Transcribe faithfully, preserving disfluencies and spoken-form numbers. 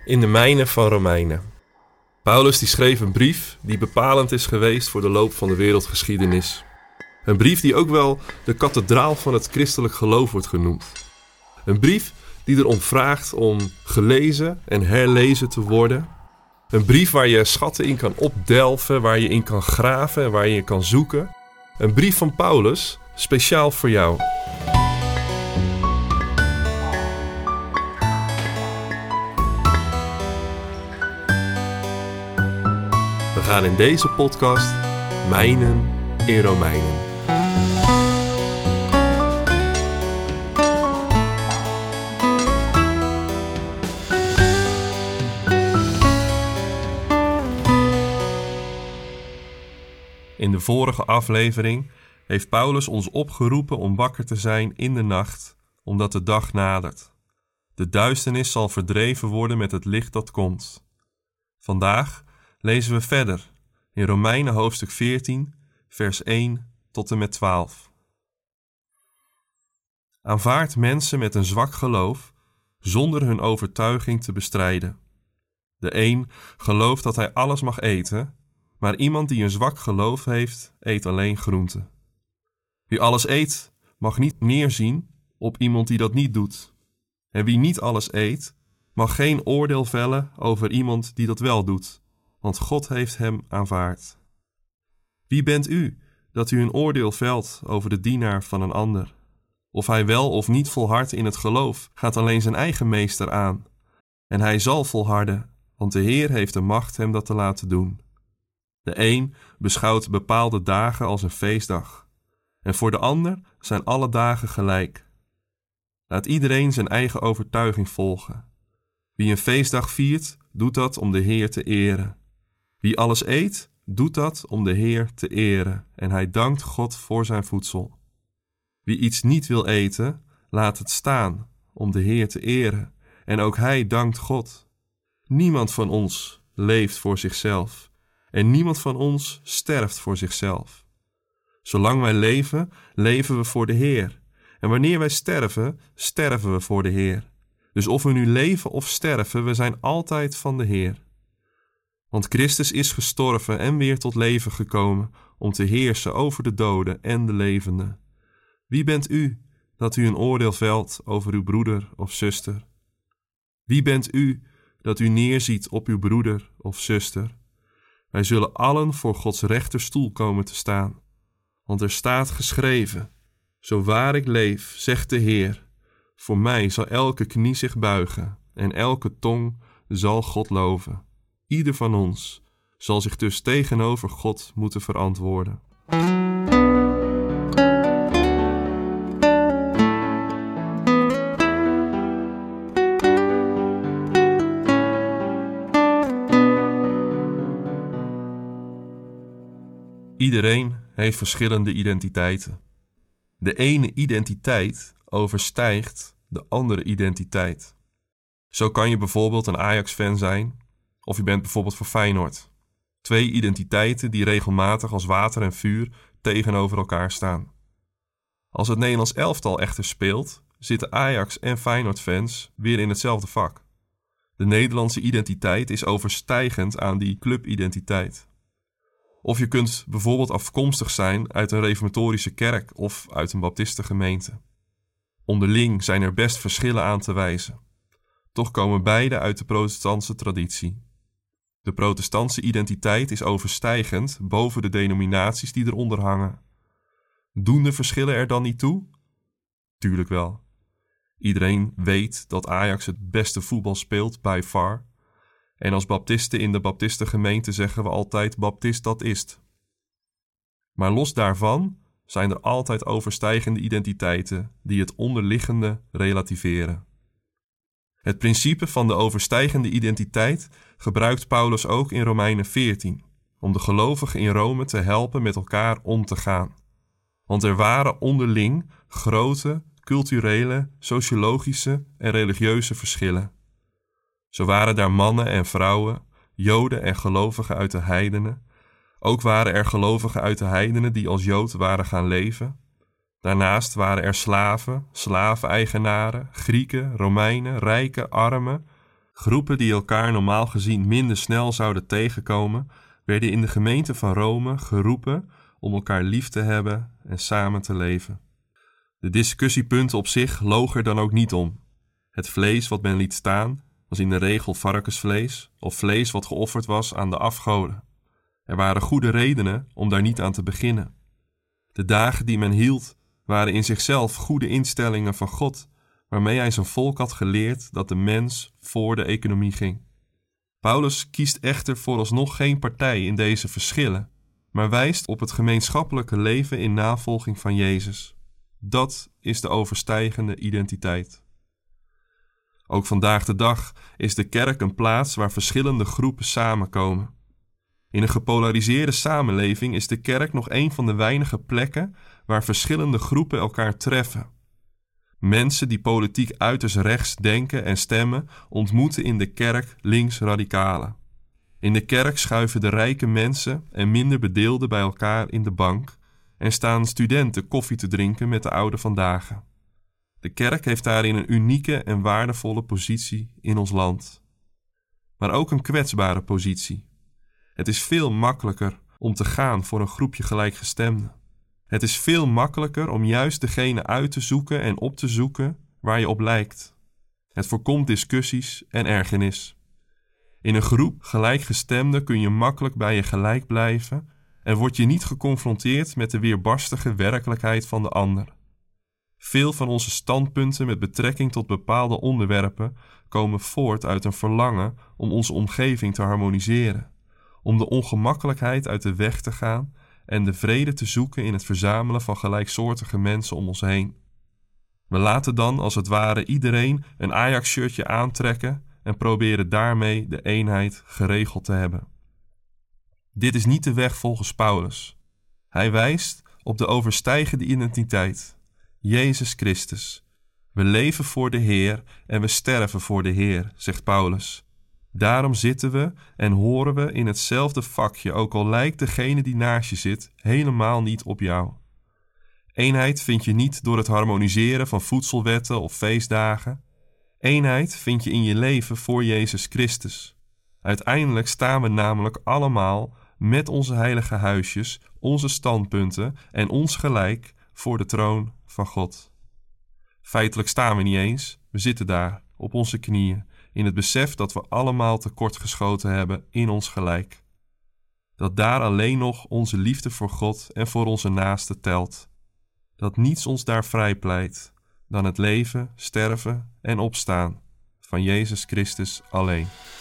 in de mijnen van Romeinen. Paulus die schreef een brief die bepalend is geweest voor de loop van de wereldgeschiedenis. Een brief die ook wel de kathedraal van het christelijk geloof wordt genoemd. Een brief die erom vraagt om gelezen en herlezen te worden. Een brief waar je schatten in kan opdelven, waar je in kan graven en waar je in kan zoeken. Een brief van Paulus, speciaal voor jou. We gaan in deze podcast mijnen in Romeinen. In de vorige aflevering heeft Paulus ons opgeroepen om wakker te zijn in de nacht, omdat de dag nadert. De duisternis zal verdreven worden met het licht dat komt. Vandaag lezen we verder in Romeinen hoofdstuk veertien, vers één tot en met twaalf. Aanvaard mensen met een zwak geloof, zonder hun overtuiging te bestrijden. De een gelooft dat hij alles mag eten, maar iemand die een zwak geloof heeft, eet alleen groente. Wie alles eet, mag niet neerzien op iemand die dat niet doet. En wie niet alles eet, mag geen oordeel vellen over iemand die dat wel doet, want God heeft hem aanvaard. Wie bent u, dat u een oordeel velt over de dienaar van een ander? Of hij wel of niet volhardt in het geloof, gaat alleen zijn eigen meester aan. En hij zal volharden, want de Heer heeft de macht hem dat te laten doen. De een beschouwt bepaalde dagen als een feestdag, en voor de ander zijn alle dagen gelijk. Laat iedereen zijn eigen overtuiging volgen. Wie een feestdag viert, doet dat om de Heer te eren. Wie alles eet, doet dat om de Heer te eren, en hij dankt God voor zijn voedsel. Wie iets niet wil eten, laat het staan om de Heer te eren, en ook hij dankt God. Niemand van ons leeft voor zichzelf. En niemand van ons sterft voor zichzelf. Zolang wij leven, leven we voor de Heer. En wanneer wij sterven, sterven we voor de Heer. Dus of we nu leven of sterven, we zijn altijd van de Heer. Want Christus is gestorven en weer tot leven gekomen om te heersen over de doden en de levenden. Wie bent u, dat u een oordeel velt over uw broeder of zuster? Wie bent u, dat u neerziet op uw broeder of zuster? Wij zullen allen voor Gods rechterstoel komen te staan. Want er staat geschreven, zo waar ik leef, zegt de Heer, voor mij zal elke knie zich buigen en elke tong zal God loven. Ieder van ons zal zich dus tegenover God moeten verantwoorden. Iedereen heeft verschillende identiteiten. De ene identiteit overstijgt de andere identiteit. Zo kan je bijvoorbeeld een Ajax-fan zijn, of je bent bijvoorbeeld voor Feyenoord. Twee identiteiten die regelmatig als water en vuur tegenover elkaar staan. Als het Nederlands elftal echter speelt, zitten Ajax- en Feyenoord-fans weer in hetzelfde vak. De Nederlandse identiteit is overstijgend aan die clubidentiteit. Of je kunt bijvoorbeeld afkomstig zijn uit een reformatorische kerk of uit een baptistengemeente. Onderling zijn er best verschillen aan te wijzen. Toch komen beide uit de protestantse traditie. De protestantse identiteit is overstijgend boven de denominaties die eronder hangen. Doen de verschillen er dan niet toe? Tuurlijk wel. Iedereen weet dat Ajax het beste voetbal speelt, by far. En als baptisten in de baptistengemeente zeggen we altijd baptist dat is. Maar los daarvan zijn er altijd overstijgende identiteiten die het onderliggende relativeren. Het principe van de overstijgende identiteit gebruikt Paulus ook in Romeinen veertien, om de gelovigen in Rome te helpen met elkaar om te gaan. Want er waren onderling grote culturele, sociologische en religieuze verschillen. Zo waren daar mannen en vrouwen, Joden en gelovigen uit de heidenen. Ook waren er gelovigen uit de heidenen die als Jood waren gaan leven. Daarnaast waren er slaven, slaveneigenaren, Grieken, Romeinen, rijken, armen, Groepen die elkaar normaal gezien minder snel zouden tegenkomen, werden in de gemeente van Rome geroepen om elkaar lief te hebben en samen te leven. De discussiepunten op zich logen er dan ook niet om. Het vlees wat men liet staan was in de regel varkensvlees of vlees wat geofferd was aan de afgoden. Er waren goede redenen om daar niet aan te beginnen. De dagen die men hield waren in zichzelf goede instellingen van God, waarmee hij zijn volk had geleerd dat de mens voor de economie ging. Paulus kiest echter vooralsnog geen partij in deze verschillen, maar wijst op het gemeenschappelijke leven in navolging van Jezus. Dat is de overstijgende identiteit. Ook vandaag de dag is de kerk een plaats waar verschillende groepen samenkomen. In een gepolariseerde samenleving is de kerk nog een van de weinige plekken waar verschillende groepen elkaar treffen. Mensen die politiek uiterst rechts denken en stemmen, ontmoeten in de kerk linksradicalen. In de kerk schuiven de rijke mensen en minder bedeelden bij elkaar in de bank en staan studenten koffie te drinken met de oude vandaag. De kerk heeft daarin een unieke en waardevolle positie in ons land. Maar ook een kwetsbare positie. Het is veel makkelijker om te gaan voor een groepje gelijkgestemden. Het is veel makkelijker om juist degene uit te zoeken en op te zoeken waar je op lijkt. Het voorkomt discussies en ergernis. In een groep gelijkgestemden kun je makkelijk bij je gelijk blijven en word je niet geconfronteerd met de weerbarstige werkelijkheid van de ander. Veel van onze standpunten met betrekking tot bepaalde onderwerpen komen voort uit een verlangen om onze omgeving te harmoniseren, om de ongemakkelijkheid uit de weg te gaan en de vrede te zoeken in het verzamelen van gelijksoortige mensen om ons heen. We laten dan als het ware iedereen een Ajax-shirtje aantrekken en proberen daarmee de eenheid geregeld te hebben. Dit is niet de weg volgens Paulus. Hij wijst op de overstijgende identiteit, Jezus Christus. We leven voor de Heer en we sterven voor de Heer, zegt Paulus. Daarom zitten we en horen we in hetzelfde vakje, ook al lijkt degene die naast je zit helemaal niet op jou. Eenheid vind je niet door het harmoniseren van voedselwetten of feestdagen. Eenheid vind je in je leven voor Jezus Christus. Uiteindelijk staan we namelijk allemaal met onze heilige huisjes, onze standpunten en ons gelijk voor de troon van God. Feitelijk staan we niet eens, we zitten daar op onze knieën in het besef dat we allemaal tekortgeschoten hebben in ons gelijk. Dat daar alleen nog onze liefde voor God en voor onze naaste telt. Dat niets ons daar vrijpleit dan het leven, sterven en opstaan van Jezus Christus alleen.